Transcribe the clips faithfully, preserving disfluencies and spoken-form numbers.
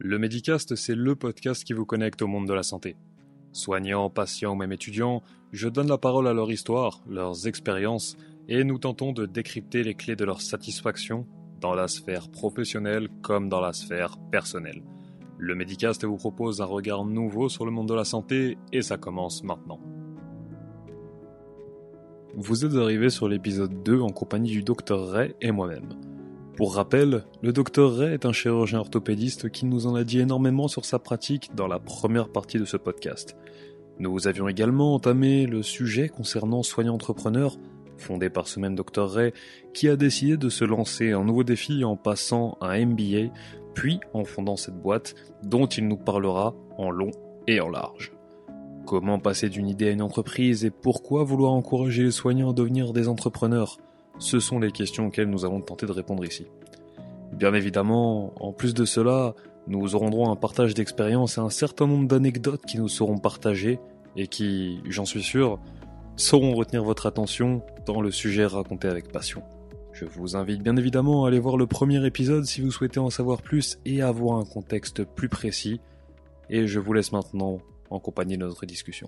Le Medicast, c'est le podcast qui vous connecte au monde de la santé. Soignants, patients ou même étudiants, je donne la parole à leur histoire, leurs expériences, et nous tentons de décrypter les clés de leur satisfaction dans la sphère professionnelle comme dans la sphère personnelle. Le Medicast vous propose un regard nouveau sur le monde de la santé et ça commence maintenant. Vous êtes arrivé sur l'épisode deux en compagnie du docteur Ray et moi-même. Pour rappel, le docteur Ray est un chirurgien orthopédiste qui nous en a dit énormément sur sa pratique dans la première partie de ce podcast. Nous avions également entamé le sujet concernant Soignant Entrepreneur, fondé par ce même docteur Ray, qui a décidé de se lancer un nouveau défi en passant un M B A, puis en fondant cette boîte dont il nous parlera en long et en large. Comment passer d'une idée à une entreprise et pourquoi vouloir encourager les soignants à devenir des entrepreneurs ? Ce sont les questions auxquelles nous allons tenter de répondre ici. Bien évidemment, en plus de cela, nous aurons droit à un partage d'expériences et un certain nombre d'anecdotes qui nous seront partagées et qui, j'en suis sûr, sauront retenir votre attention dans le sujet raconté avec passion. Je vous invite bien évidemment à aller voir le premier épisode si vous souhaitez en savoir plus et avoir un contexte plus précis. Et je vous laisse maintenant en compagnie de notre discussion.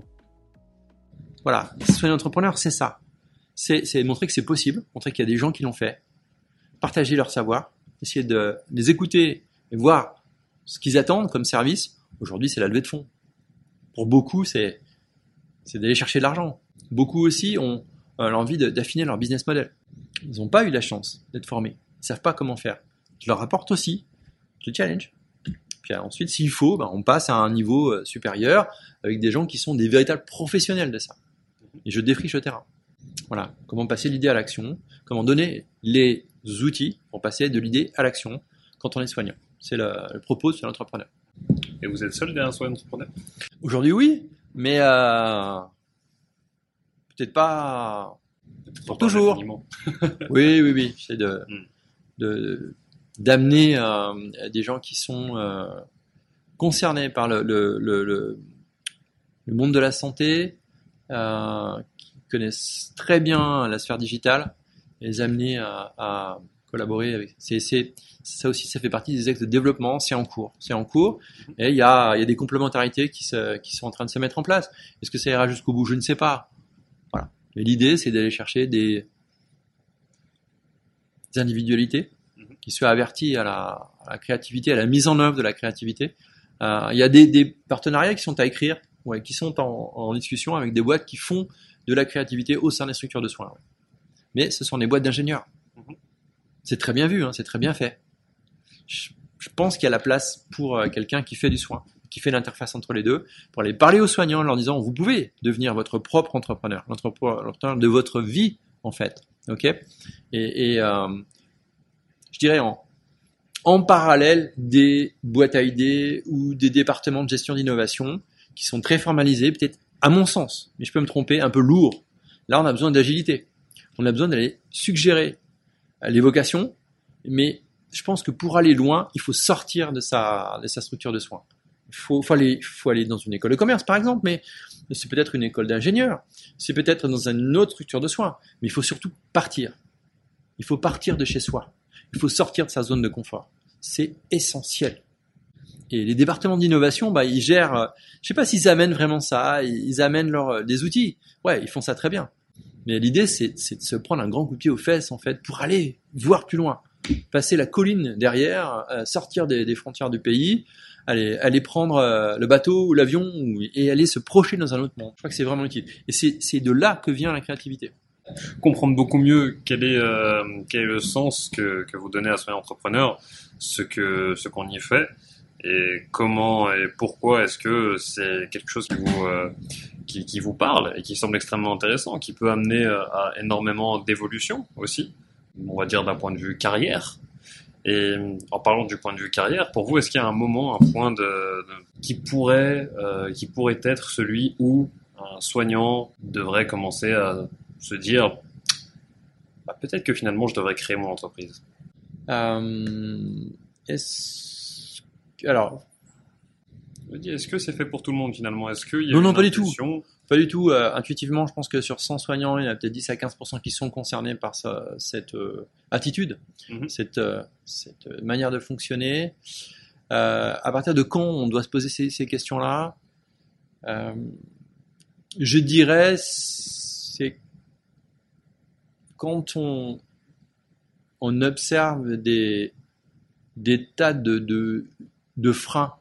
Voilà, soigner entrepreneur, c'est ça. C'est, c'est montrer que c'est possible, montrer qu'il y a des gens qui l'ont fait, partager leur savoir, essayer de les écouter et voir ce qu'ils attendent comme service. Aujourd'hui, c'est la levée de fonds. Pour beaucoup, c'est, c'est d'aller chercher de l'argent. Beaucoup aussi ont euh, l'envie de, d'affiner leur business model. Ils n'ont pas eu la chance d'être formés. Ils ne savent pas comment faire. Je leur apporte aussi le challenge. Puis ensuite, s'il faut, ben, on passe à un niveau euh, supérieur avec des gens qui sont des véritables professionnels de ça. Et je défriche le terrain. Voilà, comment passer l'idée à l'action, comment donner les outils pour passer de l'idée à l'action quand on est soignant. C'est le, le propos de l'entrepreneur. Et vous êtes seul derrière un soignant entrepreneur ? Aujourd'hui, oui, mais euh, peut-être pas peut-être pour toujours. oui, oui, oui. C'est de, mm. de, d'amener euh, des gens qui sont euh, concernés par le, le, le, le, le monde de la santé, euh, connaissent très bien la sphère digitale et les amener à, à collaborer avec. C'est, c'est, ça aussi, ça fait partie des axes de développement. C'est en cours. C'est en cours. Et il y a, il y a des complémentarités qui, se, qui sont en train de se mettre en place. Est-ce que ça ira jusqu'au bout ? Je ne sais pas. Voilà. Mais l'idée, c'est d'aller chercher des, des individualités qui soient averties à la, à la créativité, à la mise en œuvre de la créativité. Euh, il y a des, des partenariats qui sont à écrire, ouais, qui sont en, en discussion avec des boîtes qui font de la créativité au sein des structures de soins. Mais ce sont des boîtes d'ingénieurs. Mm-hmm. C'est très bien vu, hein, c'est très bien fait. Je, je pense qu'il y a la place pour euh, quelqu'un qui fait du soin, qui fait l'interface entre les deux, pour aller parler aux soignants en leur disant vous pouvez devenir votre propre entrepreneur, l'entrepreneur de votre vie en fait. Ok ? Et, et euh, je dirais en, en parallèle des boîtes à idées ou des départements de gestion d'innovation qui sont très formalisés, peut-être à mon sens, mais je peux me tromper, un peu lourd. Là, on a besoin d'agilité. On a besoin d'aller suggérer les vocations, mais je pense que pour aller loin, il faut sortir de sa, de sa structure de soins. Il faut, faut, aller, faut aller dans une école de commerce, par exemple, mais c'est peut-être une école d'ingénieur, c'est peut-être dans une autre structure de soins, mais il faut surtout partir. Il faut partir de chez soi. Il faut sortir de sa zone de confort. C'est essentiel. Et les départements d'innovation, bah, ils gèrent, euh, je sais pas s'ils amènent vraiment ça, ils amènent leurs, des outils. Ouais, ils font ça très bien. Mais l'idée, c'est, c'est de se prendre un grand coup de pied aux fesses, en fait, pour aller voir plus loin. Passer la colline derrière, euh, sortir des, des frontières du pays, aller, aller prendre euh, le bateau ou l'avion et aller se projeter dans un autre monde. Je crois que c'est vraiment utile. Et c'est, c'est de là que vient la créativité. Comprendre beaucoup mieux quel est, euh, quel est le sens que, que vous donnez à Soignant Entrepreneur, ce que, ce qu'on y fait. Et comment et pourquoi est-ce que c'est quelque chose qui vous, euh, qui, qui vous parle et qui semble extrêmement intéressant, qui peut amener à énormément d'évolution aussi, on va dire d'un point de vue carrière. Et en parlant du point de vue carrière, pour vous, est-ce qu'il y a un moment, un point de, de qui pourrait, euh, qui pourrait être celui où un soignant devrait commencer à se dire, bah, peut-être que finalement je devrais créer mon entreprise. Euh, est-ce Alors, est-ce que c'est fait pour tout le monde finalement ? Est-ce qu'il y a non, non, une pas impulsion ? du tout. Pas du tout. Euh, intuitivement, je pense que sur cent soignants, il y en a peut-être dix à quinze pour cent qui sont concernés par ça, cette euh, attitude, mm-hmm. cette, euh, cette manière de fonctionner. Euh, à partir de quand on doit se poser ces, ces questions-là? euh, Je dirais, c'est quand on, on observe des, des tas de, de, de freins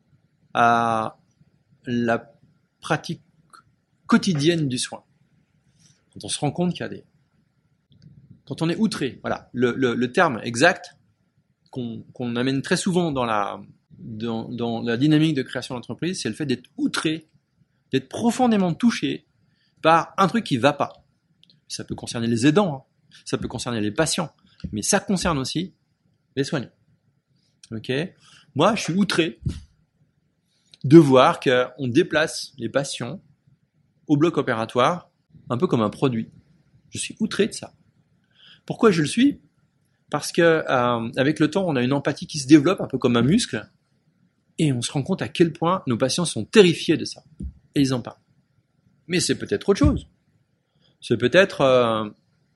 à la pratique quotidienne du soin. Quand on se rend compte qu'il y a des... Quand on est outré, voilà, le, le, le terme exact qu'on, qu'on amène très souvent dans la, dans, dans la dynamique de création d'entreprise, c'est le fait d'être outré, d'être profondément touché par un truc qui va pas. Ça peut concerner les aidants, hein, ça peut concerner les patients, mais ça concerne aussi les soignants. Ok ? Moi, je suis outré de voir qu'on déplace les patients au bloc opératoire un peu comme un produit. Je suis outré de ça. Pourquoi je le suis ? Parce que euh, avec le temps, on a une empathie qui se développe un peu comme un muscle, et on se rend compte à quel point nos patients sont terrifiés de ça, et ils en parlent. Mais c'est peut-être autre chose. C'est peut-être euh,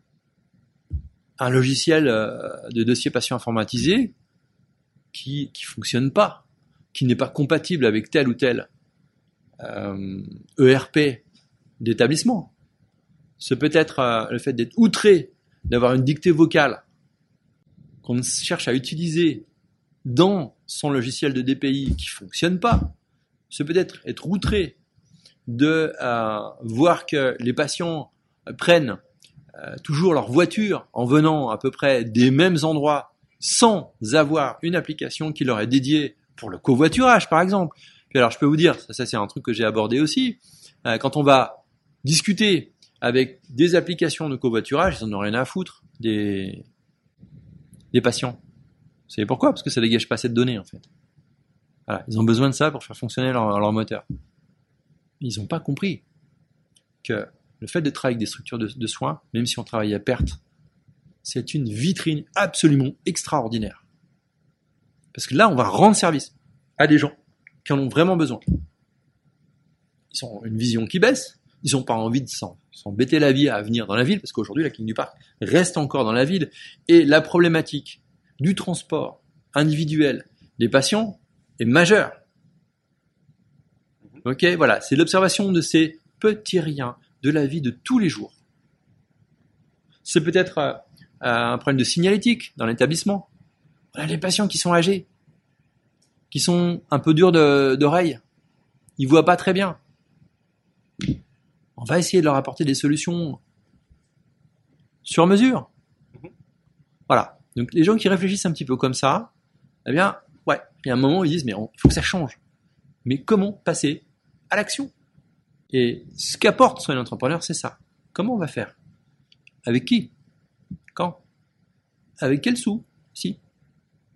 un logiciel euh, de dossier patient informatisé qui qui fonctionne pas, qui n'est pas compatible avec tel ou tel euh, E R P d'établissement. C'est peut-être euh, le fait d'être outré d'avoir une dictée vocale qu'on cherche à utiliser dans son logiciel de D P I qui fonctionne pas. C'est peut-être être outré de euh, voir que les patients prennent euh, toujours leur voiture en venant à peu près des mêmes endroits sans avoir une application qui leur est dédiée pour le covoiturage, par exemple. Puis alors, je peux vous dire, ça, ça c'est un truc que j'ai abordé aussi, euh, quand on va discuter avec des applications de covoiturage, ils en ont rien à foutre des, des patients. Vous savez pourquoi ? Parce que ça dégage pas assez de données, en fait. Voilà, ils ont besoin de ça pour faire fonctionner leur, leur moteur. Ils n'ont pas compris que le fait de travailler avec des structures de, de soins, même si on travaille à perte, c'est une vitrine absolument extraordinaire. Parce que là, on va rendre service à des gens qui en ont vraiment besoin. Ils ont une vision qui baisse, ils n'ont pas envie de s'en, s'embêter la vie à venir dans la ville, parce qu'aujourd'hui, la clinique du parc reste encore dans la ville, et la problématique du transport individuel des patients est majeure. Ok, voilà, c'est l'observation de ces petits riens de la vie de tous les jours. C'est peut-être euh, un problème de signalétique dans l'établissement. Voilà, les patients qui sont âgés, qui sont un peu durs de, d'oreille, ils voient pas très bien. On va essayer de leur apporter des solutions sur mesure. Voilà. Donc les gens qui réfléchissent un petit peu comme ça, eh bien, ouais, il y a un moment où ils disent mais il faut que ça change. Mais comment passer à l'action ? Et ce qu'apporte Soigner l'entrepreneur, c'est ça. Comment on va faire ? Avec qui ? Quand ? Avec quel sous ? Si. Ok ?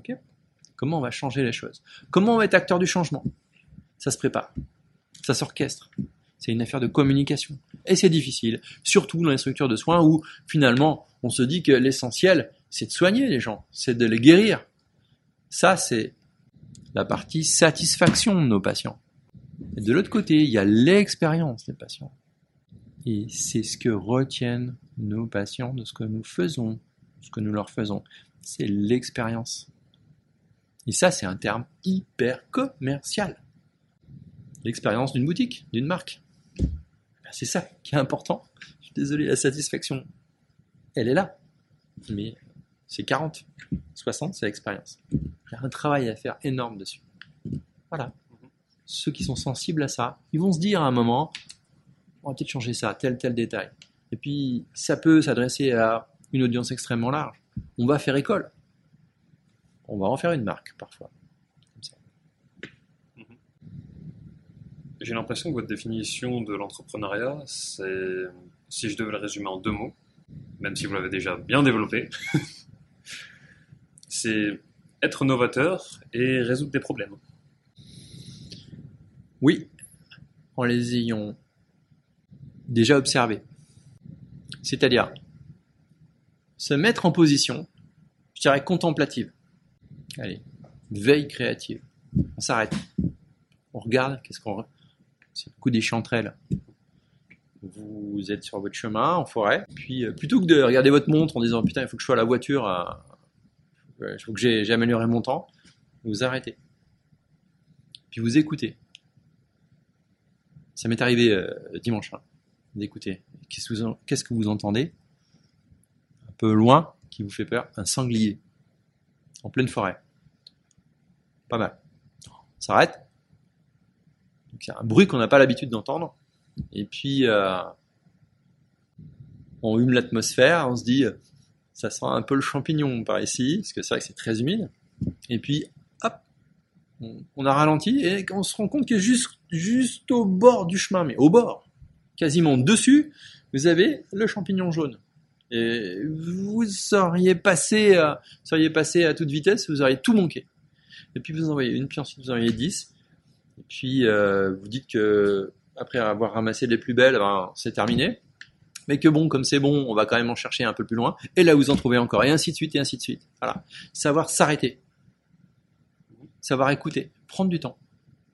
Comment on va changer les choses ? Comment on va être acteur du changement ? Ça se prépare. Ça s'orchestre. C'est une affaire de communication. Et c'est difficile, surtout dans les structures de soins où, finalement, on se dit que l'essentiel, c'est de soigner les gens, c'est de les guérir. Ça, c'est la partie satisfaction de nos patients. Et de l'autre côté, il y a l'expérience des patients. Et c'est ce que retiennent nos patients de ce que nous faisons, ce que nous leur faisons. C'est l'expérience. Et ça, c'est un terme hyper commercial. L'expérience d'une boutique, d'une marque. C'est ça qui est important. Je suis désolé, la satisfaction, elle est là. Mais c'est quarante, soixante, c'est l'expérience. Il y a un travail à faire énorme dessus. Voilà. Ceux qui sont sensibles à ça, ils vont se dire à un moment, on va peut-être changer ça, tel, tel détail. Et puis, ça peut s'adresser à une audience extrêmement large. On va faire école. On va en faire une marque, parfois. Comme ça. J'ai l'impression que votre définition de l'entrepreneuriat, c'est, si je devais le résumer en deux mots, même si vous l'avez déjà bien développé, c'est être novateur et résoudre des problèmes. Oui, en les ayant déjà observés. C'est-à-dire se mettre en position, je dirais contemplative. Allez, veille créative. On s'arrête. On regarde, qu'est-ce qu'on... C'est le coup des chanterelles. Vous êtes sur votre chemin en forêt, puis euh, plutôt que de regarder votre montre en disant putain il faut que je sois à la voiture, euh, il faut que j'ai, j'ai amélioré mon temps, vous arrêtez, puis vous écoutez. Ça m'est arrivé euh, dimanche, hein, d'écouter. Qu'est-ce que, vous, qu'est-ce que vous entendez? Un peu loin, qui vous fait peur, un sanglier, en pleine forêt. Pas mal. On s'arrête. Donc il y a un bruit qu'on n'a pas l'habitude d'entendre. Et puis, euh, on hume l'atmosphère, on se dit, ça sent un peu le champignon par ici, parce que c'est vrai que c'est très humide. Et puis, hop, on, on a ralenti et on se rend compte que juste, juste au bord du chemin, mais au bord, quasiment dessus, vous avez le champignon jaune. Et vous seriez passé, euh, seriez passé à toute vitesse, vous auriez tout manqué. Et puis vous envoyez une, puis ensuite vous envoyez dix. Et puis euh, vous dites que après avoir ramassé les plus belles, ben, c'est terminé. Mais que bon, comme c'est bon, on va quand même en chercher un peu plus loin. Et là vous en trouvez encore, et ainsi de suite, et ainsi de suite. Voilà. Savoir s'arrêter. Savoir écouter. Prendre du temps.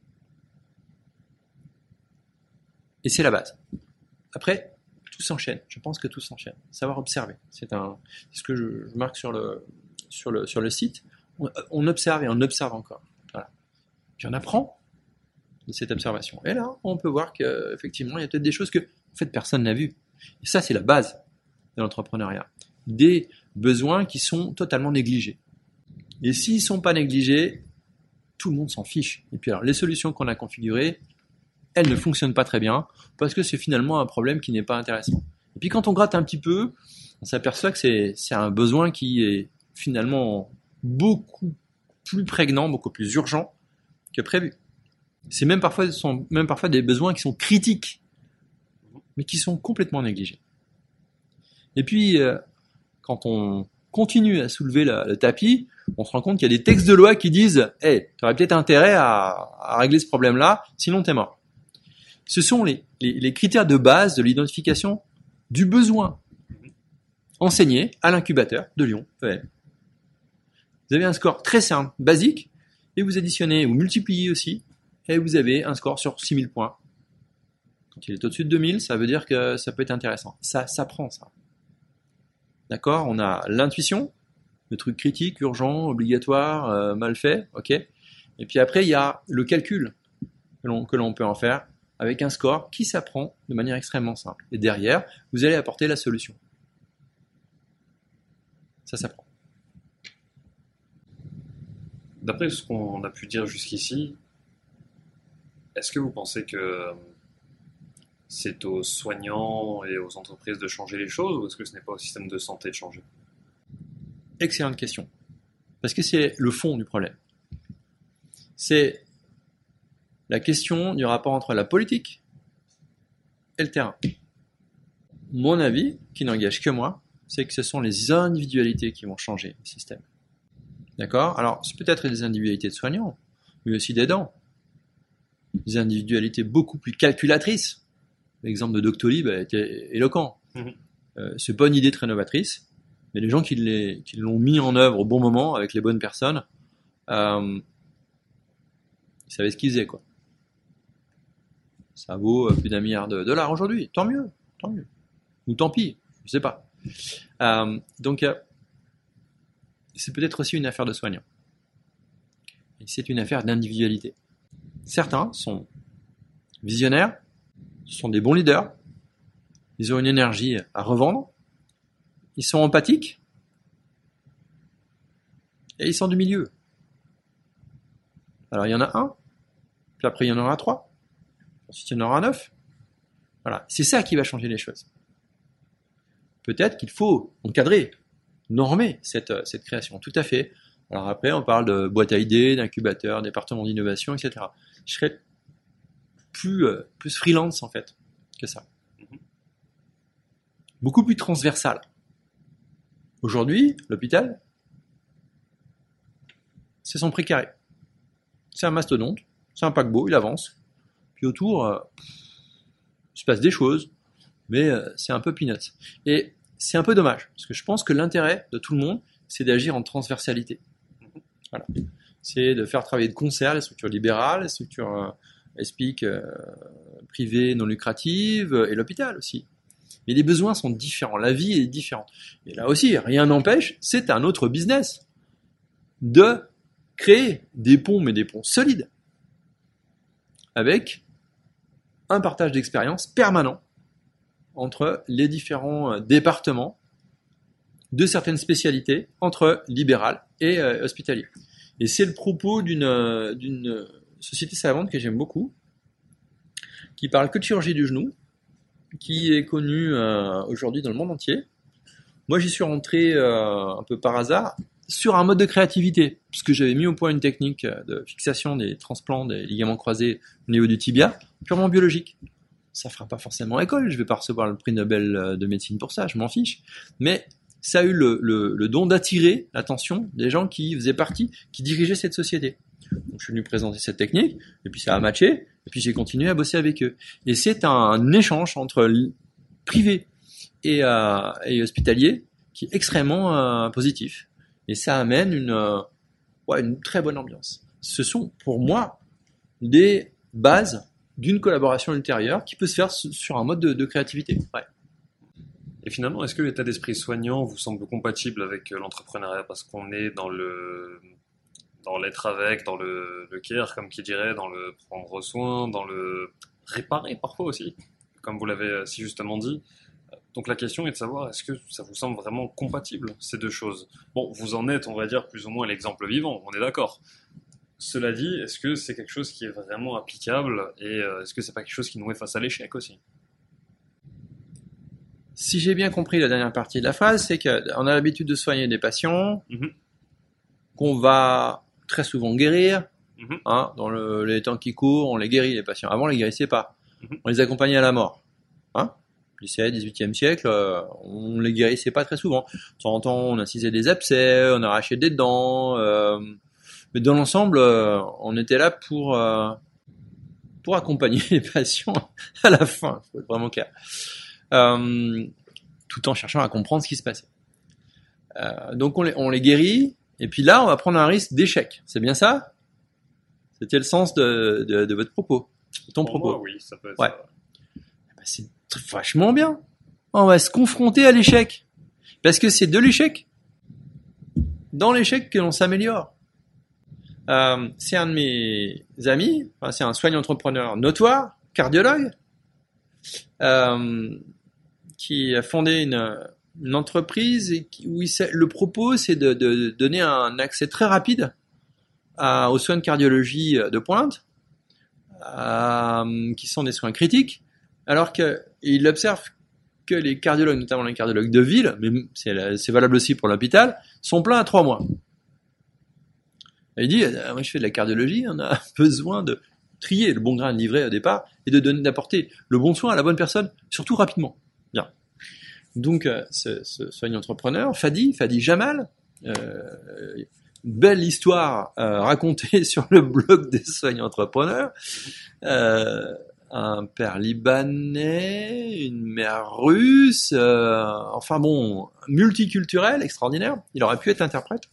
Et c'est la base. Après, tout s'enchaîne. Je pense que tout s'enchaîne. Savoir observer. C'est un, c'est ce que je, je marque sur le, sur le, sur le site. On, on observe et on observe encore. Voilà. Puis on apprend de cette observation. Et là, on peut voir qu'effectivement, il y a peut-être des choses que, en fait, personne n'a vues. Et ça, c'est la base de l'entrepreneuriat. Des besoins qui sont totalement négligés. Et s'ils ne sont pas négligés, tout le monde s'en fiche. Et puis alors, les solutions qu'on a configurées, elles ne fonctionnent pas très bien parce que c'est finalement un problème qui n'est pas intéressant. Et puis quand on gratte un petit peu, on s'aperçoit que c'est, c'est un besoin qui est finalement beaucoup plus prégnant, beaucoup plus urgent que prévu. C'est même parfois, ce sont même parfois des besoins qui sont critiques, mais qui sont complètement négligés. Et puis, euh, quand on continue à soulever la, le tapis, on se rend compte qu'il y a des textes de loi qui disent « Hey, tu aurais peut-être intérêt à, à régler ce problème-là, sinon t'es mort ». Ce sont les, les, les critères de base de l'identification du besoin enseigné à l'incubateur de Lyon E M. Vous avez un score très simple, basique, et vous additionnez ou multipliez aussi, et vous avez un score sur six mille points. Quand il est au-dessus de deux mille, ça veut dire que ça peut être intéressant. Ça s'apprend, ça. D'accord? On a l'intuition, le truc critique, urgent, obligatoire, euh, mal fait, ok? Et puis après, il y a le calcul que l'on, que l'on peut en faire avec un score qui s'apprend de manière extrêmement simple. Et derrière, vous allez apporter la solution. Ça s'apprend. D'après ce qu'on a pu dire jusqu'ici, est-ce que vous pensez que c'est aux soignants et aux entreprises de changer les choses, ou est-ce que ce n'est pas au système de santé de changer? Excellente question. Parce que c'est le fond du problème. C'est la question du rapport entre la politique et le terrain. Mon avis, qui n'engage que moi, c'est que ce sont les individualités qui vont changer le système. D'accord? Alors, c'est peut-être des individualités de soignants, mais aussi d'aidants. Des individualités beaucoup plus calculatrices. L'exemple de Doctolib a été éloquent. Mmh. Euh, c'est pas une idée très novatrice, mais les gens qui, les, qui l'ont mis en œuvre au bon moment, avec les bonnes personnes, euh, ils savaient ce qu'ils faisaient, quoi. Ça vaut plus d'un milliard de dollars aujourd'hui. Tant mieux, tant mieux. Ou tant pis, je sais pas. Euh, donc, euh, c'est peut-être aussi une affaire de soignants. Et c'est une affaire d'individualité. Certains sont visionnaires, sont des bons leaders, ils ont une énergie à revendre, ils sont empathiques, et ils sont du milieu. Alors il y en a un, puis après il y en aura trois, ensuite il y en aura neuf. Voilà, c'est ça qui va changer les choses. Peut-être qu'il faut encadrer, normer cette, cette création, tout à fait. Alors après, on parle de boîte à idées, d'incubateurs, département d'innovation, et cetera. Je serais plus, euh, plus freelance, en fait, que ça. Beaucoup plus transversal. Aujourd'hui, l'hôpital, c'est son précaré. C'est un mastodonte, c'est un paquebot, il avance. Puis autour, euh, il se passe des choses, mais euh, c'est un peu peanuts. Et c'est un peu dommage, parce que je pense que l'intérêt de tout le monde, c'est d'agir en transversalité. Voilà. C'est de faire travailler de concert les structures libérales, les structures euh, E S P I C euh, privées non lucratives, et l'hôpital aussi. Mais les besoins sont différents, la vie est différente. Et là aussi, rien n'empêche, c'est un autre business de créer des ponts, mais des ponts solides, avec un partage d'expérience permanent entre les différents départements de certaines spécialités, entre libéral et euh, hospitalier. Et c'est le propos d'une, d'une société savante que j'aime beaucoup, qui parle que de chirurgie du genou, qui est connue euh, aujourd'hui dans le monde entier. Moi, j'y suis rentré euh, un peu par hasard sur un mode de créativité, puisque j'avais mis au point une technique de fixation des transplants des ligaments croisés au niveau du tibia, purement biologique. Ça fera pas forcément école, je vais pas recevoir le prix Nobel de médecine pour ça, je m'en fiche. Mais ça a eu le, le, le don d'attirer l'attention des gens qui faisaient partie, qui dirigeaient cette société. Donc, je suis venu présenter cette technique, et puis ça a matché, et puis j'ai continué à bosser avec eux. Et c'est un échange entre privé et, euh, et hospitalier qui est extrêmement euh, positif. Et ça amène une, euh, ouais, une très bonne ambiance. Ce sont, pour moi, des bases d'une collaboration ultérieure qui peut se faire sur un mode de, de créativité. Ouais. Et finalement, est-ce que l'état d'esprit soignant vous semble compatible avec l'entrepreneuriat, parce qu'on est dans le dans l'être avec, dans le, le care, comme qui dirait, dans le prendre soin, dans le réparer parfois aussi, comme vous l'avez si justement dit. Donc la question est de savoir, est-ce que ça vous semble vraiment compatible, ces deux choses? Bon, vous en êtes, on va dire, plus ou moins l'exemple vivant, on est d'accord. Cela dit, est-ce que c'est quelque chose qui est vraiment applicable, et euh, est-ce que c'est pas quelque chose qui nous met face à l'échec aussi? Si j'ai bien compris la dernière partie de la phrase, c'est qu'on a l'habitude de soigner des patients, mm-hmm. qu'on va très souvent guérir, mm-hmm. hein, dans le, les temps qui courent, on les guérit les patients. Avant, on les guérissait pas. Mm-hmm. On les accompagnait à la mort. Hein, dix-septième, dix-huitième siècle, euh, on les guérissait pas très souvent. De temps en temps, on incisait des abcès, on arrachait des dents, euh, mais dans l'ensemble, euh, on était là pour euh, pour accompagner les patients à la fin. Faut être vraiment clair. Euh, tout en cherchant à comprendre ce qui se passait. Euh, donc on les, on les guérit, et puis là on va prendre un risque d'échec. C'est bien ça? C'était le sens de, de, de votre propos, de ton Pour propos. Moi, oui, ça peut être ouais. ça. Ben, c'est vachement bien. On va se confronter à l'échec, parce que c'est de l'échec, dans l'échec que l'on s'améliore. Euh, c'est un de mes amis, enfin, c'est un soignant entrepreneur notoire, cardiologue, euh, qui a fondé une, une entreprise et qui, où il, le propos c'est de, de, de donner un accès très rapide à, aux soins de cardiologie de pointe, à, qui sont des soins critiques, alors qu'il observe que les cardiologues, notamment les cardiologues de ville, mais c'est, c'est valable aussi pour l'hôpital, sont pleins à trois mois. Et il dit, moi je fais de la cardiologie, on a besoin de trier le bon grain de livret au départ et de donner, d'apporter le bon soin à la bonne personne, surtout rapidement. Bien. Donc, euh, ce, ce soignant entrepreneur, Fadi, Fadi Jamal, euh, belle histoire euh, racontée sur le blog des soignants entrepreneurs. Euh, un père libanais, une mère russe, euh, enfin bon, multiculturel, extraordinaire. Il aurait pu être interprète.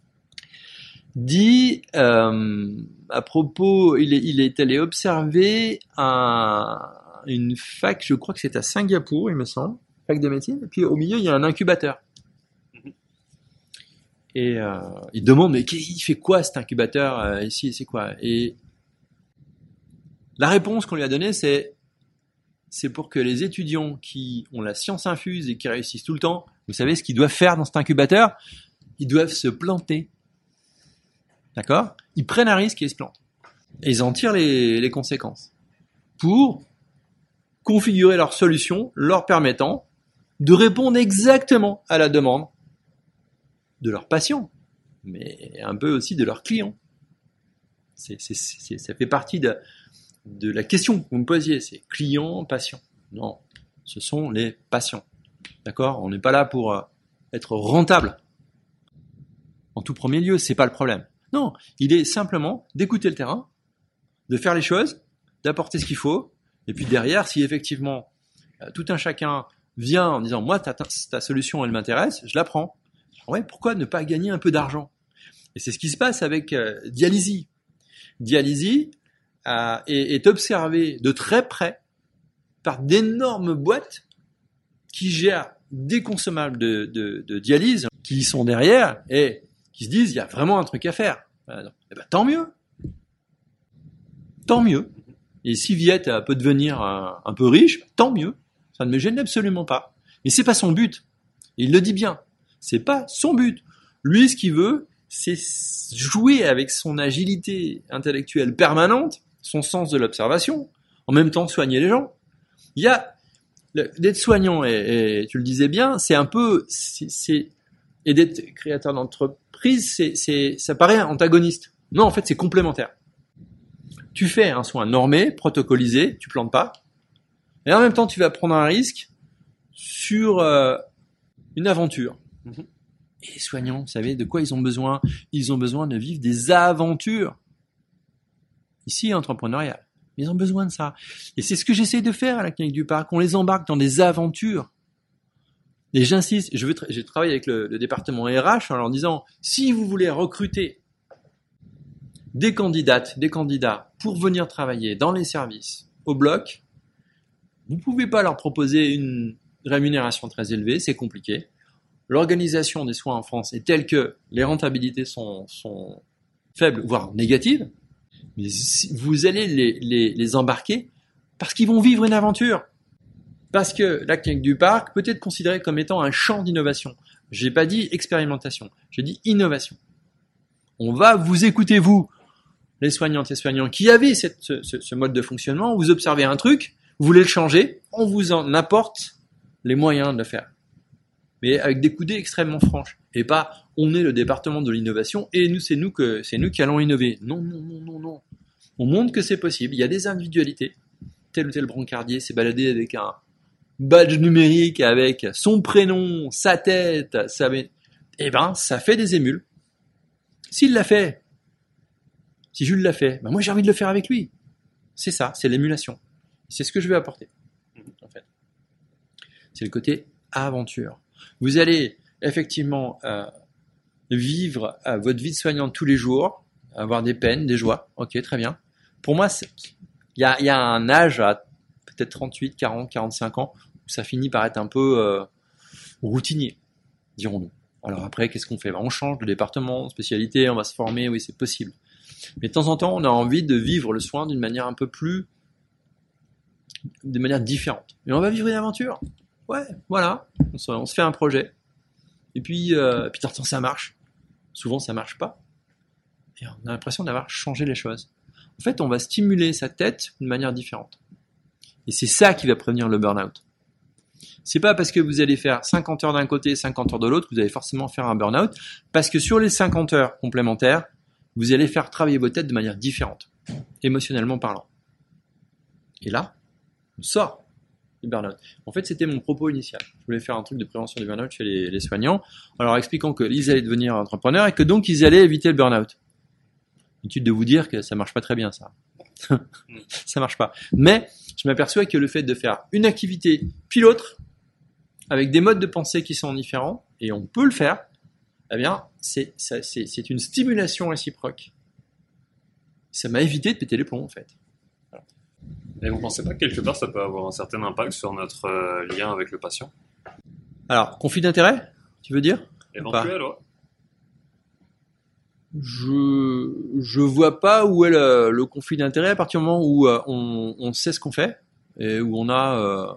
Dit euh, à propos, il est, il est allé observer un, une fac, je crois que c'est à Singapour, il me semble, fac de médecine, et puis au milieu il y a un incubateur. Et euh, il demande, mais il fait quoi cet incubateur euh, ici, c'est quoi? Et la réponse qu'on lui a donnée, c'est c'est pour que les étudiants qui ont la science infuse et qui réussissent tout le temps, vous savez ce qu'ils doivent faire dans cet incubateur? Ils doivent se planter. D'accord? Ils prennent un risque et ils se plantent. Et ils en tirent les, les conséquences. Pour configurer leur solution, leur permettant de répondre exactement à la demande de leurs patients, mais un peu aussi de leurs clients. C'est, c'est, c'est, ça fait partie de, de la question que vous me posiez, c'est client, patient. Non, ce sont les patients. D'accord? On n'est pas là pour être rentable. En tout premier lieu, c'est pas le problème. Non, il est simplement d'écouter le terrain, de faire les choses, d'apporter ce qu'il faut, et puis derrière, si effectivement euh, tout un chacun vient en disant moi ta, ta, ta solution elle m'intéresse, je la prends. Ouais, pourquoi ne pas gagner un peu d'argent? Et c'est ce qui se passe avec euh, Dialysie. Dialysie euh, est, est observé de très près par d'énormes boîtes qui gèrent des consommables de, de, de dialyse qui sont derrière et qui se disent il y a vraiment un truc à faire. Euh, non. Eh ben, tant mieux. Tant mieux. Et si Viette peut devenir un, un peu riche, tant mieux. Ça ne me gêne absolument pas. Mais c'est pas son but. Et il le dit bien. C'est pas son but. Lui, ce qu'il veut, c'est jouer avec son agilité intellectuelle permanente, son sens de l'observation, en même temps soigner les gens. Il y a d'être soignant et, et tu le disais bien, c'est un peu, c'est, c'est et d'être créateur d'entreprise, c'est, c'est, ça paraît antagoniste. Non, en fait, c'est complémentaire. Tu fais un soin normé, protocolisé, tu plantes pas, et en même temps, tu vas prendre un risque sur euh, une aventure. Mm-hmm. Et les soignants, vous savez de quoi ils ont besoin? Ils ont besoin de vivre des aventures. Ici, entrepreneurial. Ils ont besoin de ça. Et c'est ce que j'essaie de faire à la Clinique du Parc. On les embarque dans des aventures. Et j'insiste, je veux tra- j'ai travaillé avec le, le département R H en leur disant, si vous voulez recruter des candidates, des candidats pour venir travailler dans les services au bloc, vous ne pouvez pas leur proposer une rémunération très élevée, c'est compliqué. L'organisation des soins en France est telle que les rentabilités sont, sont faibles, voire négatives. Mais vous allez les, les, les embarquer parce qu'ils vont vivre une aventure. Parce que la Clinique du Parc peut être considérée comme étant un champ d'innovation. J'ai pas dit expérimentation, j'ai dit innovation. On va vous écouter, vous, les soignantes et soignants qui avez cette, ce, ce mode de fonctionnement, vous observez un truc, vous voulez le changer, on vous en apporte les moyens de le faire. Mais avec des coudées extrêmement franches. Et pas, on est le département de l'innovation et nous, c'est nous que, c'est nous qui allons innover. Non, non, non, non, non. On montre que c'est possible. Il y a des individualités. Tel ou tel brancardier s'est baladé avec un badge numérique, avec son prénom, sa tête, sa... Eh ben, ça fait des émules. S'il l'a fait, si Jules l'a fait, ben moi j'ai envie de le faire avec lui. C'est ça, c'est l'émulation. C'est ce que je vais apporter, en fait. C'est le côté aventure. Vous allez effectivement euh, vivre euh, votre vie de soignante tous les jours, avoir des peines, des joies. Ok, très bien. Pour moi, il y a, y a un âge à peut-être trente-huit, quarante, quarante-cinq ans où ça finit par être un peu euh, routinier, dirons-nous. Alors après, qu'est-ce qu'on fait? Ben, on change de département, de spécialité, on va se former, oui, c'est possible. Mais de temps en temps, on a envie de vivre le soin d'une manière un peu plus, de manière différente. Et on va vivre une aventure. Ouais, voilà, on se, on se fait un projet. Et puis, euh, puis de temps en temps, ça marche. Souvent, ça marche pas. Et on a l'impression d'avoir changé les choses. En fait, on va stimuler sa tête d'une manière différente. Et c'est ça qui va prévenir le burn-out. C'est pas parce que vous allez faire cinquante heures d'un côté, cinquante heures de l'autre, que vous allez forcément faire un burn-out. Parce que sur les cinquante heures complémentaires, vous allez faire travailler votre tête de manière différente, émotionnellement parlant. Et là, on sort du burn-out. En fait, c'était mon propos initial. Je voulais faire un truc de prévention du burn-out chez les, les soignants, en leur expliquant qu'ils allaient devenir entrepreneurs et que donc ils allaient éviter le burn-out. Inutile de vous dire que ça marche pas très bien, ça. Ça marche pas. Mais je m'aperçois que le fait de faire une activité puis l'autre, avec des modes de pensée qui sont différents, et on peut le faire, eh bien, c'est, c'est, c'est, c'est une stimulation réciproque. Ça m'a évité de péter les plombs, en fait. Voilà. Et vous pensez pas que quelque part ça peut avoir un certain impact sur notre euh, lien avec le patient? Alors, conflit d'intérêt, tu veux dire? Éventuel, ouais. Je je vois pas où est le, le conflit d'intérêt à partir du moment où euh, on, on sait ce qu'on fait et où on a euh,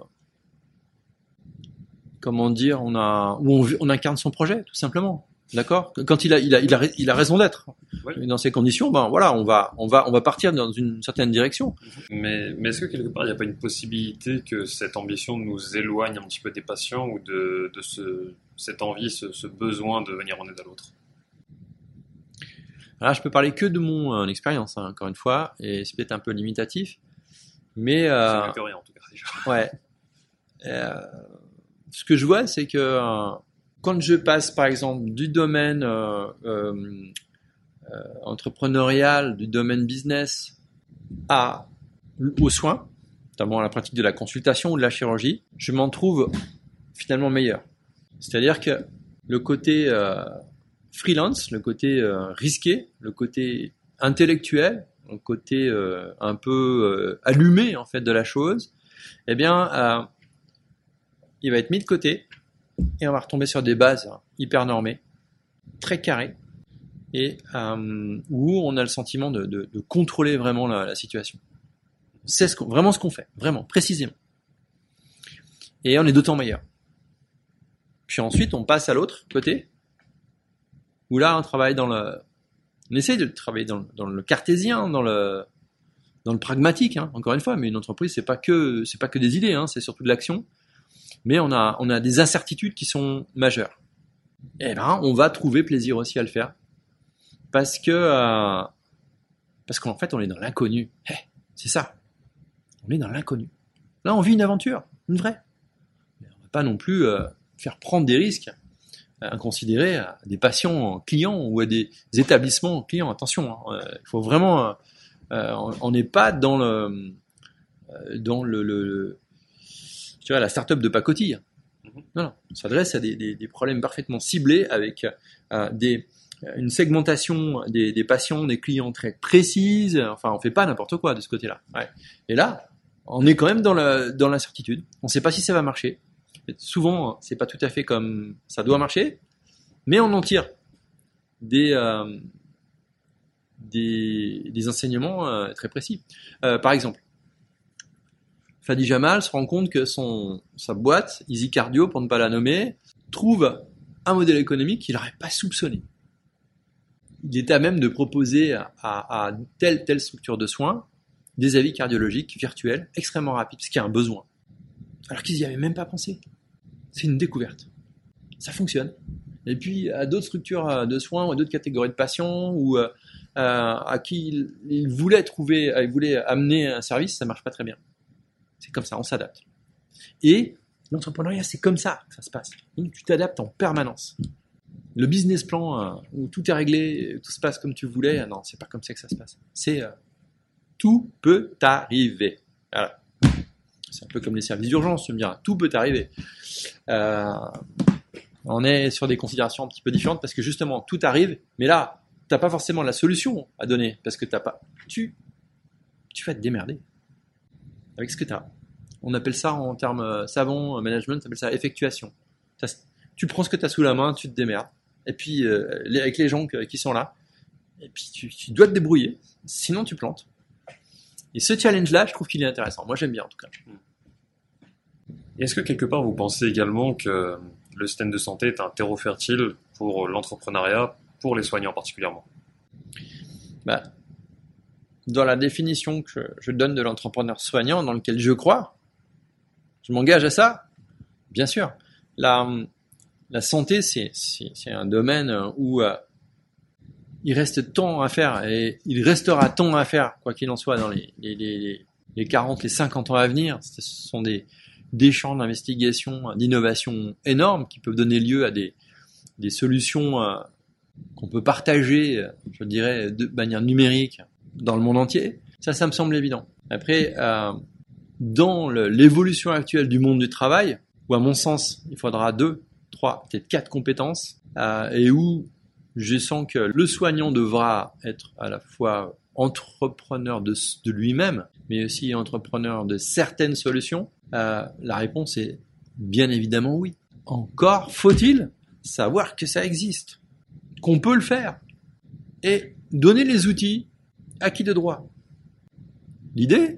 comment dire, on a où on, on incarne son projet tout simplement. D'accord? Quand il a il a il a il a raison d'être. Oui. Dans ces conditions, ben voilà, on va on va on va partir dans une certaine direction. Mais mais est-ce que quelque part il n'y a pas une possibilité que cette ambition nous éloigne un petit peu des patients ou de de ce cette envie, ce, ce besoin de venir en aide à l'autre? Là, je peux parler que de mon euh, expérience, hein, encore une fois, et c'est peut-être un peu limitatif, mais euh, c'est rien en tout cas déjà. Ouais. Euh, ce que je vois, c'est que euh, quand je passe, par exemple, du domaine euh, euh, euh, entrepreneurial, du domaine business, à aux soins, notamment à la pratique de la consultation ou de la chirurgie, je m'en trouve finalement meilleur. C'est-à-dire que le côté euh, freelance, le côté euh, risqué, le côté intellectuel, le côté euh, un peu euh, allumé en fait de la chose, eh bien, euh, il va être mis de côté et on va retomber sur des bases hyper normées, très carrées, et euh, où on a le sentiment de, de, de contrôler vraiment la, la situation. C'est ce qu'on, vraiment ce qu'on fait, vraiment, précisément. Et on est d'autant meilleur. Puis ensuite, on passe à l'autre côté, où là, on travaille dans le, on essaye de travailler dans, dans le cartésien, dans le, dans le pragmatique, hein, encore une fois. Mais une entreprise, c'est pas que, c'est pas que des idées, hein, c'est surtout de l'action. Mais on a, on a des incertitudes qui sont majeures. Et ben, on va trouver plaisir aussi à le faire, parce que, euh, parce qu'en fait, on est dans l'inconnu. Hey, c'est ça. On est dans l'inconnu. Là, on vit une aventure, une vraie. Mais on va pas non plus euh, faire prendre des risques inconsidérés à des patients clients ou à des établissements clients. Attention, il hein, faut vraiment, euh, on n'est pas dans le, dans le, le tu vois, la start-up de pacotille. Non, non, on s'adresse à des, des, des problèmes parfaitement ciblés avec euh, des, une segmentation des, des patients, des clients très précises. Enfin, on fait pas n'importe quoi de ce côté-là. Ouais. Et là, on est quand même dans la, dans l'incertitude. On ne sait pas si ça va marcher. Et souvent, c'est pas tout à fait comme ça doit marcher, mais on en tire des, euh, des, des enseignements euh, très précis. Euh, par exemple, Fadi Jamal se rend compte que son, sa boîte, Easy Cardio, pour ne pas la nommer, trouve un modèle économique qu'il n'aurait pas soupçonné. Il était à même de proposer à, à, à telle, telle structure de soins des avis cardiologiques virtuels extrêmement rapides, parce qu'il y a un besoin. Alors qu'ils n'y avaient même pas pensé. C'est une découverte. Ça fonctionne. Et puis, à d'autres structures de soins, ou à d'autres catégories de patients, ou euh, à qui ils il voulaient trouver, ils voulaient amener un service, ça marche pas très bien. C'est comme ça, on s'adapte. Et l'entrepreneuriat, c'est comme ça que ça se passe. Donc, tu t'adaptes en permanence. Le business plan, euh, où tout est réglé, tout se passe comme tu voulais, non, c'est pas comme ça que ça se passe. C'est euh, tout peut arriver. Voilà. C'est un peu comme les services d'urgence, tu me diras. Tout peut arriver. Euh, on est sur des considérations un petit peu différentes parce que justement, tout arrive, mais là, t'as pas forcément la solution à donner parce que t'as pas. Tu, tu vas te démerder avec ce que tu as. On appelle ça en termes savants, management, on appelle ça effectuation. T'as, tu prends ce que tu as sous la main, tu te démerdes. Et puis, euh, les, avec les gens que, qui sont là, et puis tu, tu dois te débrouiller, sinon tu plantes. Et ce challenge-là, je trouve qu'il est intéressant. Moi, j'aime bien en tout cas. Est-ce que quelque part, vous pensez également que le système de santé est un terreau fertile pour l'entrepreneuriat, pour les soignants particulièrement ? Bah, dans la définition que je donne de l'entrepreneur soignant, dans lequel je crois, je m'engage à ça, bien sûr. La, la santé, c'est, c'est, c'est un domaine où euh, il reste tant à faire et il restera tant à faire, quoi qu'il en soit, dans les, les, les, les quarante, les cinquante ans à venir. Ce sont des, des champs d'investigation, d'innovation énormes qui peuvent donner lieu à des, des solutions euh, qu'on peut partager, je dirais, de manière numérique dans le monde entier. Ça, ça me semble évident. Après, euh, dans le, l'évolution actuelle du monde du travail, où à mon sens, il faudra deux, trois, peut-être quatre compétences, euh, et où je sens que le soignant devra être à la fois entrepreneur de, de lui-même, mais aussi entrepreneur de certaines solutions, euh, la réponse est bien évidemment oui. Encore faut-il savoir que ça existe, qu'on peut le faire, et donner les outils à qui de droit. L'idée,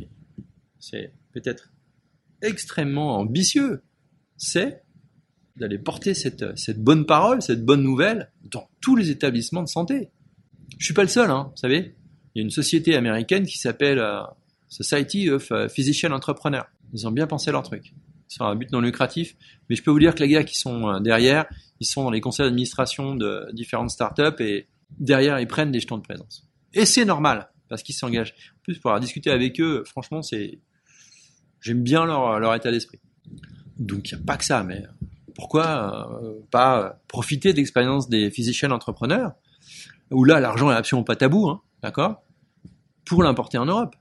c'est peut-être extrêmement ambitieux, c'est d'aller porter cette, cette bonne parole, cette bonne nouvelle dans tous les établissements de santé. Je suis pas le seul, hein, vous savez. Il y a une société américaine qui s'appelle euh, Society of Physician Entrepreneurs. Ils ont bien pensé leur truc. C'est un but non lucratif, mais je peux vous dire que les gars qui sont euh, derrière, ils sont dans les conseils d'administration de différentes startups et derrière, ils prennent des jetons de présence. Et c'est normal, parce qu'ils s'engagent. En plus, pour avoir discuté avec eux, franchement, c'est, j'aime bien leur, leur état d'esprit. Donc, il n'y a pas que ça, mais pourquoi euh, pas profiter de l'expérience des physicians entrepreneurs, où là, l'argent est absolument pas tabou, hein, d'accord, pour l'importer en Europe.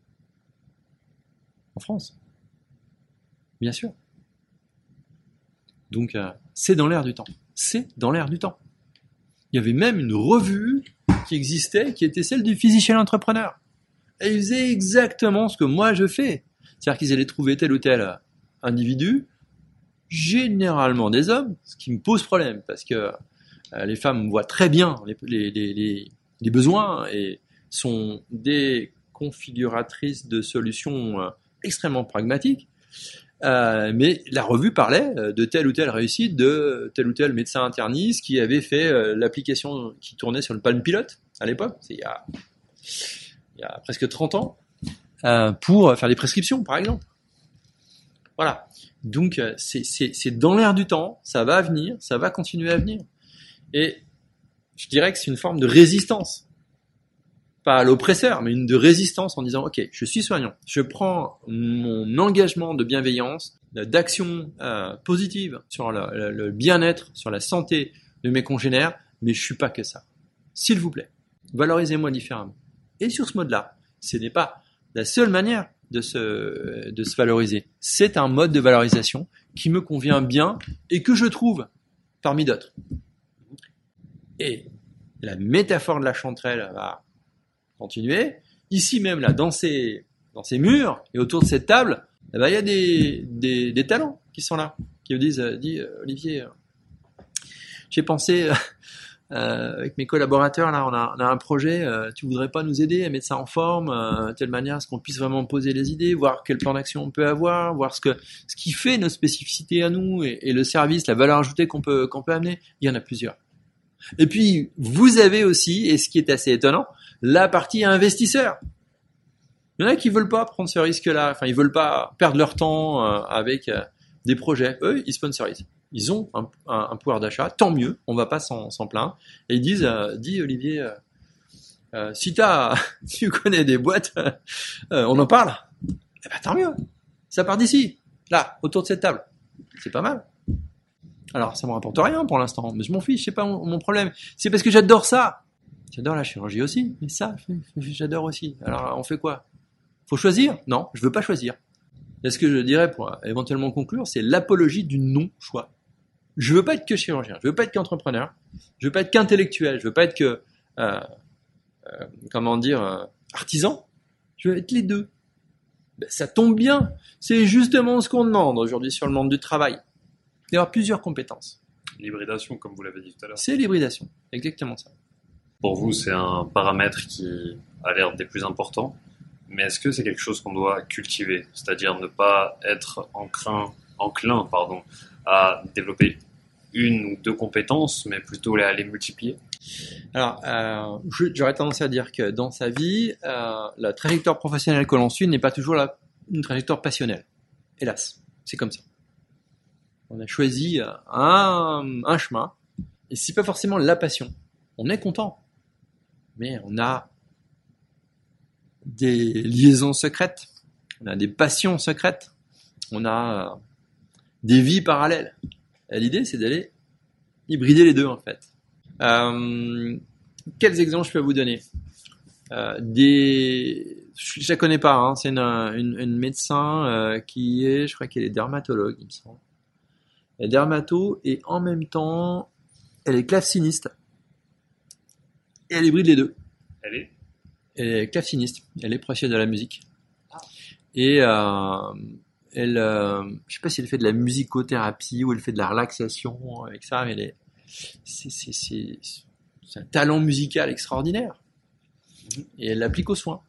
En France. Bien sûr. Donc, euh, c'est dans l'air du temps. C'est dans l'air du temps. Il y avait même une revue qui existait, qui était celle du physicien entrepreneur. Et ils faisaient exactement ce que moi je fais. C'est-à-dire qu'ils allaient trouver tel ou tel individu, généralement des hommes, ce qui me pose problème, parce que Euh, les femmes voient très bien les, les, les, les, les besoins et sont des configuratrices de solutions euh, extrêmement pragmatiques. Euh, mais la revue parlait de telle ou telle réussite de tel ou tel médecin interniste qui avait fait euh, l'application qui tournait sur le Palm Pilot à l'époque, c'est il y a, il y a presque trente ans, euh, pour faire des prescriptions, par exemple. Voilà. Donc, c'est, c'est, c'est dans l'air du temps, ça va venir, ça va continuer à venir. Et je dirais que c'est une forme de résistance. Pas à l'oppresseur, mais une de résistance en disant, ok, je suis soignant, je prends mon engagement de bienveillance, d'action euh, positive sur le, le, le bien-être, sur la santé de mes congénères, mais je suis pas que ça. S'il vous plaît, valorisez-moi différemment. Et sur ce mode-là, ce n'est pas la seule manière de se, de se valoriser. C'est un mode de valorisation qui me convient bien et que je trouve parmi d'autres. Et la métaphore de la chanterelle va continuer. Ici même, là, dans ces, dans ces murs et autour de cette table, eh ben, il y a des, des, des talents qui sont là, qui me disent, euh, dis, euh, Olivier, euh, j'ai pensé, euh, euh, avec mes collaborateurs, là, on a, on a un projet, euh, tu voudrais pas nous aider à mettre ça en forme, euh, de telle manière à ce qu'on puisse vraiment poser les idées, voir quel plan d'action on peut avoir, voir ce que, ce qui fait nos spécificités à nous et, et le service, la valeur ajoutée qu'on peut, qu'on peut amener. Il y en a plusieurs. Et puis, vous avez aussi, et ce qui est assez étonnant, la partie investisseur. Il y en a qui veulent pas prendre ce risque-là, enfin, ils veulent pas perdre leur temps euh, avec euh, des projets. Eux, ils sponsorisent. Ils ont un, un, un pouvoir d'achat, tant mieux, on va pas s'en, s'en plaindre. Et ils disent, euh, dis Olivier, euh, euh, si t'as, tu connais des boîtes, euh, on en parle. Eh ben, tant mieux. Ça part d'ici, là, autour de cette table. C'est pas mal. Alors, ça me rapporte rien pour l'instant, mais je m'en fiche, c'est pas mon, mon problème. C'est parce que j'adore ça. J'adore la chirurgie aussi, mais ça, j'adore aussi. Alors, on fait quoi? Faut choisir? Non, je veux pas choisir. Et ce que je dirais pour éventuellement conclure, c'est l'apologie du non-choix. Je veux pas être que chirurgien, je veux pas être qu'entrepreneur, je veux pas être qu'intellectuel, je veux pas être que, euh, euh, comment dire, euh, artisan. Je veux être les deux. Ben, ça tombe bien. C'est justement ce qu'on demande aujourd'hui sur le monde du travail. D'avoir plusieurs compétences. L'hybridation, comme vous l'avez dit tout à l'heure. C'est l'hybridation, exactement ça. Pour vous, c'est un paramètre qui a l'air des plus importants, mais est-ce que c'est quelque chose qu'on doit cultiver? C'est-à-dire ne pas être enclin, enclin pardon, à développer une ou deux compétences, mais plutôt à les multiplier? Alors, euh, j'aurais tendance à dire que dans sa vie, euh, la trajectoire professionnelle que l'on suit n'est pas toujours la, une trajectoire passionnelle. Hélas, c'est comme ça. On a choisi un, un chemin, et c'est pas forcément la passion. On est content, mais on a des liaisons secrètes, on a des passions secrètes, on a des vies parallèles. Et l'idée, c'est d'aller hybrider les deux, en fait. Euh, quels exemples je peux vous donner? euh, des, Je la connais pas, hein, c'est une, une, une médecin euh, qui est, je crois qu'elle est dermatologue, il me semble. Elle est dermato et en même temps, elle est claveciniste. Et elle hybride les deux. Elle est Elle est claveciniste. Elle est professionnelle de la musique. Et euh, elle, euh, je sais pas si elle fait de la musicothérapie ou elle fait de la relaxation avec ça, mais elle est, c'est, c'est, c'est, c'est un talent musical extraordinaire. Et elle l'applique aux soins.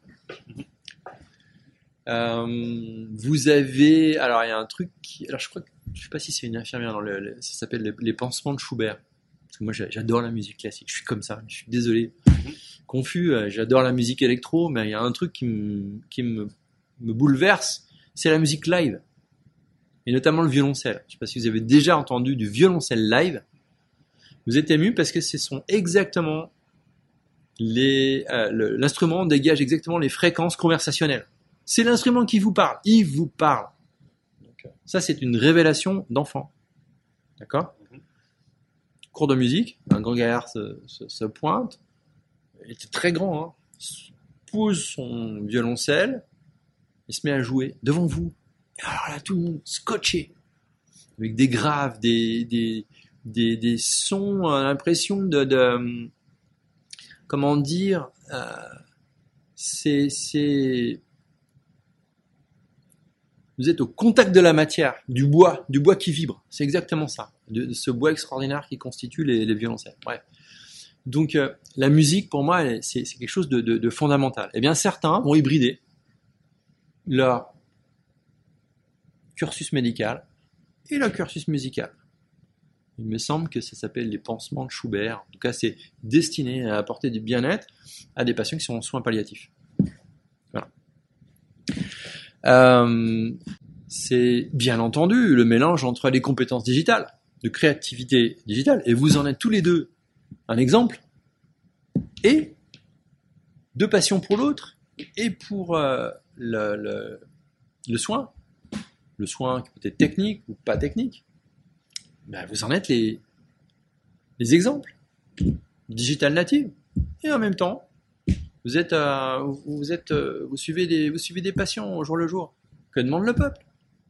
Euh, vous avez, alors il y a un truc qui, alors je crois que, je sais pas si c'est une infirmière, dans le, le, ça s'appelle les, les pansements de Schubert. Parce que moi j'adore la musique classique, je suis comme ça, je suis désolé, confus, j'adore la musique électro, mais il y a un truc qui me, qui me, me bouleverse, c'est la musique live. Et notamment le violoncelle. Je sais pas si vous avez déjà entendu du violoncelle live. Vous êtes ému parce que ce sont exactement les, euh, le, l'instrument dégage exactement les fréquences conversationnelles. C'est l'instrument qui vous parle, il vous parle. Donc, ça, c'est une révélation d'enfant. D'accord ? Mm-hmm. Cours de musique, un grand gaillard se, se, se pointe, il était très grand, hein, pose son violoncelle, il se met à jouer devant vous. Et alors là, tout le monde scotché, avec des graves, des, des, des, des sons, euh, l'impression de, de comment dire, euh, c'est, c'est Vous êtes au contact de la matière, du bois, du bois qui vibre. C'est exactement ça, de, de ce bois extraordinaire qui constitue les, les violoncelles. Bref. Donc euh, la musique, pour moi, elle, c'est, c'est quelque chose de, de, de fondamental. Eh bien, certains vont hybrider leur cursus médical et leur cursus musical. Il me semble que ça s'appelle les pansements de Schubert. En tout cas, c'est destiné à apporter du bien-être à des patients qui sont en soins palliatifs. Voilà. Euh, c'est bien entendu le mélange entre les compétences digitales, de créativité digitale, et vous en êtes tous les deux un exemple, et de passion pour l'autre, et pour euh, le, le, le soin, le soin qui peut être technique ou pas technique, ben vous en êtes les, les exemples. Digital native, et en même temps, vous êtes, euh, vous êtes, euh, vous suivez des, vous suivez des patients au jour le jour. Que demande le peuple?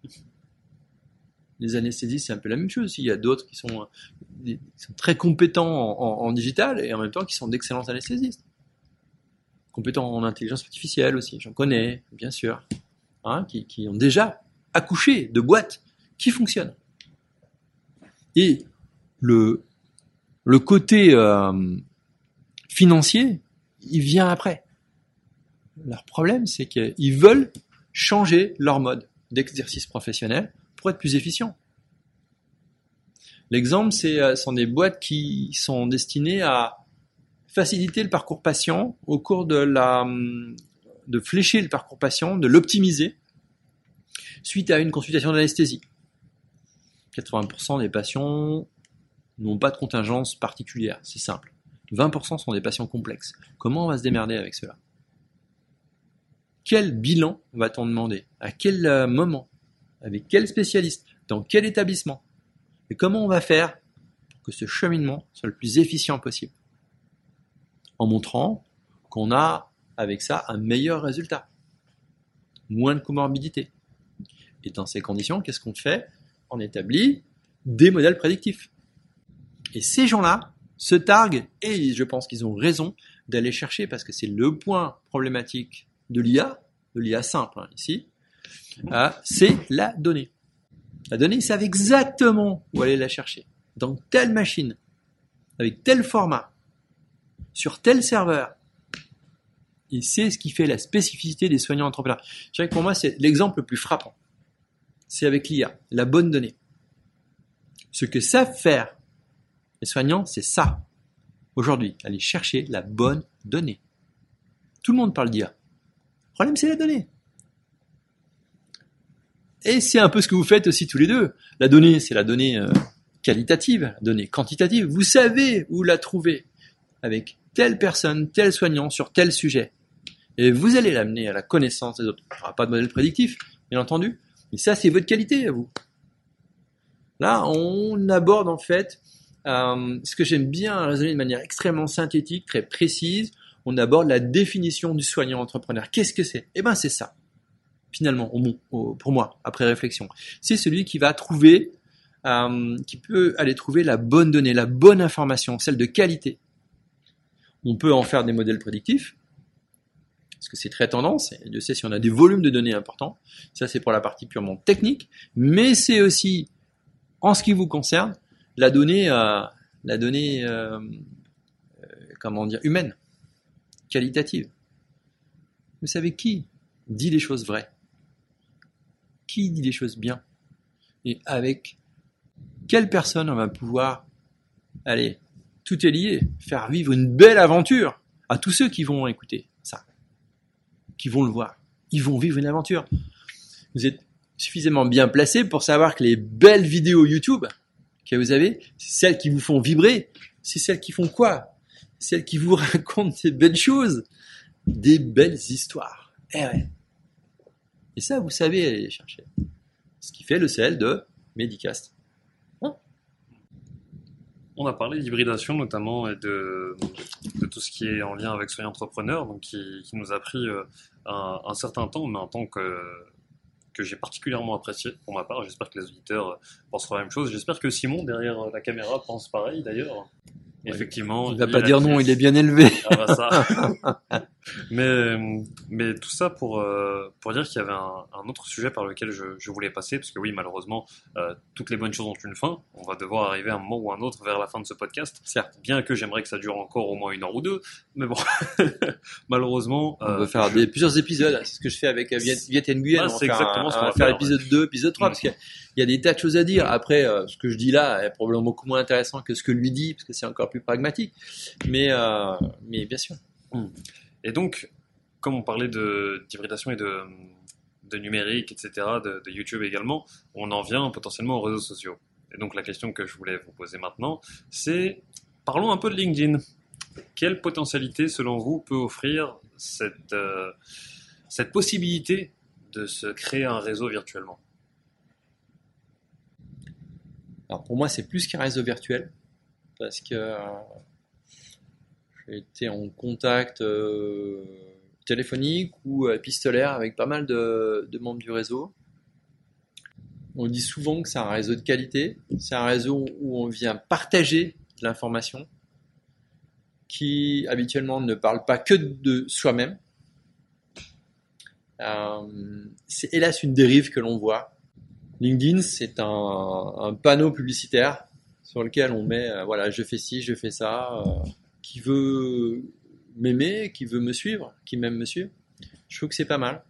Les anesthésistes, c'est un peu la même chose. Il y a d'autres qui sont, qui sont très compétents en, en, en digital et en même temps qui sont d'excellents anesthésistes. Compétents en intelligence artificielle aussi, j'en connais, bien sûr, hein, qui, qui ont déjà accouché de boîtes qui fonctionnent. Et le, le côté euh, financier, il vient après. Leur problème, c'est qu'ils veulent changer leur mode d'exercice professionnel pour être plus efficient. L'exemple, c'est sont des boîtes qui sont destinées à faciliter le parcours patient au cours de la de flécher le parcours patient, de l'optimiser suite à une consultation d'anesthésie. quatre-vingts pour cent des patients n'ont pas de contingence particulière, c'est simple. vingt pour cent sont des patients complexes. Comment on va se démerder avec cela? Quel bilan va-t-on demander? À quel moment? Avec quel spécialiste? Dans quel établissement? Et comment on va faire pour que ce cheminement soit le plus efficient possible? En montrant qu'on a avec ça un meilleur résultat, moins de comorbidité. Et dans ces conditions, qu'est-ce qu'on fait? On établit des modèles prédictifs. Et ces gens-là se targuent, et je pense qu'ils ont raison d'aller chercher, parce que c'est le point problématique de l'I A, de l'I A simple hein, ici, euh, c'est la donnée. La donnée, ils savent exactement où aller la chercher. Dans telle machine, avec tel format, sur tel serveur. Et c'est ce qui fait la spécificité des soignants entrepreneurs. Je dirais que pour moi, c'est l'exemple le plus frappant. C'est avec l'I A, la bonne donnée. Ce que savent faire les soignants, c'est ça. Aujourd'hui, aller chercher la bonne donnée. Tout le monde parle d'I A. Le problème, c'est la donnée. Et c'est un peu ce que vous faites aussi tous les deux. La donnée, c'est la donnée euh, qualitative, la donnée quantitative. Vous savez où la trouver avec telle personne, tel soignant sur tel sujet. Et vous allez l'amener à la connaissance des autres. Il n'y aura pas de modèle prédictif, bien entendu. Mais ça, c'est votre qualité à vous. Là, on aborde en fait euh, ce que j'aime bien raisonner de manière extrêmement synthétique, très précise. On aborde la définition du soignant entrepreneur. Qu'est-ce que c'est? Eh bien, c'est ça. Finalement, au, au, pour moi, après réflexion, c'est celui qui va trouver, euh, qui peut aller trouver la bonne donnée, la bonne information, celle de qualité. On peut en faire des modèles prédictifs, parce que c'est très tendance, et Dieu sait si on a des volumes de données importants. Ça, c'est pour la partie purement technique, mais c'est aussi, en ce qui vous concerne, la donnée, euh, la donnée, euh, euh, comment dire, humaine, qualitative. Vous savez qui dit les choses vraies? Qui dit les choses bien? Et avec quelle personne on va pouvoir, allez, tout est lié, faire vivre une belle aventure à tous ceux qui vont écouter ça, qui vont le voir. Ils vont vivre une aventure. Vous êtes suffisamment bien placé pour savoir que les belles vidéos YouTube que vous avez, c'est celles qui vous font vibrer. C'est celles qui font quoi? Celles qui vous racontent des belles choses, des belles histoires. Eh ouais. Et ça, vous savez aller les chercher. Ce qui fait le sel de Medicast. Hein? On a parlé d'hybridation notamment et de, de tout ce qui est en lien avec Soyez Entrepreneur, donc qui, qui nous a pris euh, un, un certain temps, mais un temps que, que j'ai particulièrement apprécié pour ma part. J'espère que les auditeurs penseront la même chose. J'espère que Simon, derrière la caméra, pense pareil d'ailleurs. Ouais. Effectivement. Il ne va pas dire non, il est bien élevé. Ah bah ça. Mais, mais tout ça pour, euh, pour dire qu'il y avait un, un autre sujet par lequel je, je voulais passer, parce que oui, malheureusement, euh, toutes les bonnes choses ont une fin. On va devoir arriver à un moment ou un autre vers la fin de ce podcast. Certes. Bien que j'aimerais que ça dure encore au moins une heure ou deux, mais bon, malheureusement. On euh, va faire je... des, plusieurs épisodes. C'est ce que je fais avec Viet, Viet Nguyen. Ah, on va c'est faire, exactement un, ce qu'on on va va faire faire, épisode deux, épisode trois, Mm. parce qu'il y a, il y a des tas de choses à dire. Après, euh, ce que je dis là est probablement beaucoup moins intéressant que ce que lui dit, parce que c'est encore plus pragmatique. Mais, euh, mais bien sûr. Et donc, comme on parlait de, d'hybridation et de, de numérique, et cetera, de, de YouTube également, on en vient potentiellement aux réseaux sociaux. Et donc, la question que je voulais vous poser maintenant, c'est, parlons un peu de LinkedIn. Quelle potentialité, selon vous, peut offrir cette, euh, cette possibilité de se créer un réseau virtuellement? Alors pour moi, c'est plus qu'un réseau virtuel, parce que euh, j'ai été en contact euh, téléphonique ou épistolaire avec pas mal de, de membres du réseau. On dit souvent que c'est un réseau de qualité, c'est un réseau où on vient partager de l'information, qui habituellement ne parle pas que de soi-même. Euh, c'est hélas une dérive que l'on voit. LinkedIn, c'est un, un panneau publicitaire sur lequel on met, euh, voilà, je fais ci, je fais ça, euh, qui veut m'aimer, qui veut me suivre, qui m'aime me suivre. Je trouve que c'est pas mal.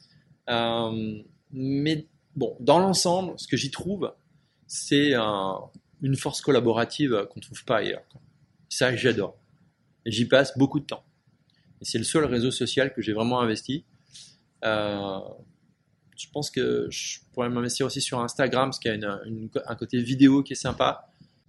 Euh, mais bon, dans l'ensemble, ce que j'y trouve, c'est un, une force collaborative qu'on ne trouve pas ailleurs. Ça, j'adore. Et j'y passe beaucoup de temps. Et c'est le seul réseau social que j'ai vraiment investi. Euh, je pense que je pourrais m'investir aussi sur Instagram, parce qu'il y a une, une, un côté vidéo qui est sympa.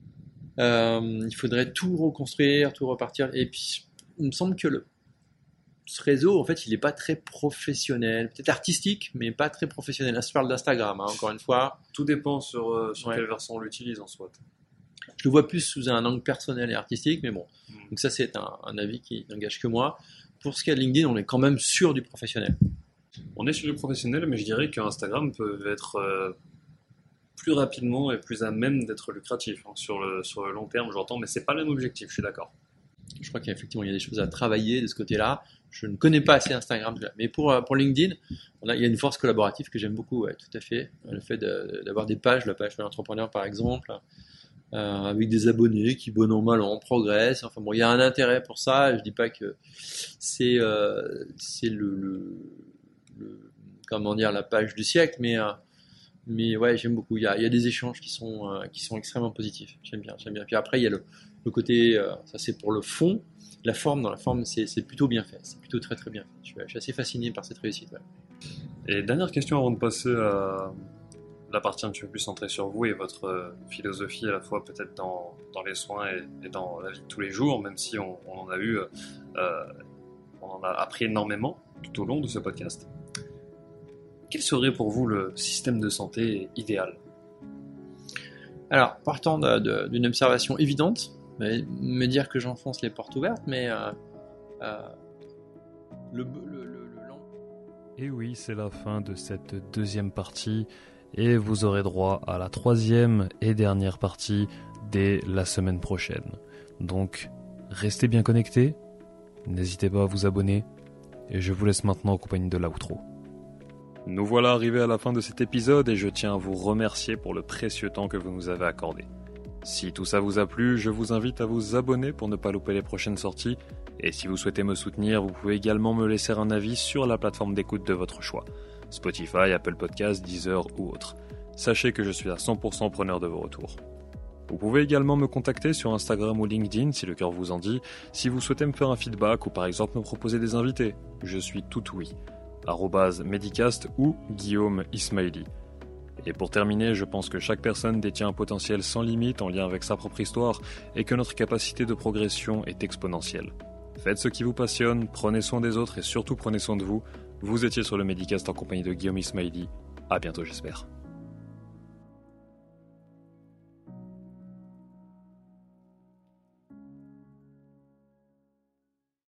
Euh, il faudrait tout reconstruire, tout repartir. Et puis, il me semble que le, ce réseau, en fait, il n'est pas très professionnel. Peut-être artistique, mais pas très professionnel. Là, je parle d'Instagram, hein, encore une fois. Tout dépend sur, euh, sur Ouais. quelle version on l'utilise en soit. Je le vois plus sous un angle personnel et artistique, mais bon. Mm. Donc ça, c'est un, un avis qui n'engage que moi. Pour ce qui est de LinkedIn, on est quand même sur du professionnel. On est sur du professionnel, mais je dirais qu'Instagram peut être euh, plus rapidement et plus à même d'être lucratif, hein, sur, le, sur le long terme, j'entends, mais c'est pas le même objectif, je suis d'accord. Je crois qu'effectivement, il y a des choses à travailler de ce côté-là. Je ne connais pas assez Instagram, mais pour, euh, pour LinkedIn, on a, il y a une force collaborative que j'aime beaucoup, ouais, tout à fait. Le fait de, d'avoir des pages, la page de l'entrepreneur par exemple, euh, avec des abonnés qui, bon an, mal an, progressent. Enfin bon, il y a un intérêt pour ça. Je dis pas que c'est, euh, c'est le, le, le, comment dire, la page du siècle, mais, euh, mais ouais, j'aime beaucoup. Il y a, il y a des échanges qui sont, euh, qui sont extrêmement positifs. J'aime bien, j'aime bien. Puis après, il y a le, le côté, euh, ça c'est pour le fond. La forme, dans la forme, c'est, c'est plutôt bien fait. C'est plutôt très très bien fait. Je suis, je suis assez fasciné par cette réussite. Ouais. Et dernière question avant de passer à la partie un petit peu plus centrée sur vous et votre euh, philosophie à la fois peut-être dans, dans les soins et, et dans la vie de tous les jours, même si on, on en a eu, euh, on en a appris énormément tout au long de ce podcast. Quel serait pour vous le système de santé idéal? Alors, partant de, de, d'une observation évidente, me dire que j'enfonce les portes ouvertes, mais euh, euh, le, le, le, le... Et oui, c'est la fin de cette deuxième partie, et vous aurez droit à la troisième et dernière partie dès la semaine prochaine. Donc, restez bien connectés, n'hésitez pas à vous abonner, et je vous laisse maintenant en compagnie de l'outro. Nous voilà arrivés à la fin de cet épisode et je tiens à vous remercier pour le précieux temps que vous nous avez accordé. Si tout ça vous a plu, je vous invite à vous abonner pour ne pas louper les prochaines sorties. Et si vous souhaitez me soutenir, vous pouvez également me laisser un avis sur la plateforme d'écoute de votre choix. Spotify, Apple Podcasts, Deezer ou autre. Sachez que je suis à cent pour cent preneur de vos retours. Vous pouvez également me contacter sur Instagram ou LinkedIn si le cœur vous en dit, si vous souhaitez me faire un feedback ou par exemple me proposer des invités. Je suis tout oui. arobase Medicast ou Guillaume Ismaili. Et pour terminer, je pense que chaque personne détient un potentiel sans limite en lien avec sa propre histoire et que notre capacité de progression est exponentielle. Faites ce qui vous passionne, prenez soin des autres et surtout prenez soin de vous. Vous étiez sur le Medicast en compagnie de Guillaume Ismaili. À bientôt j'espère.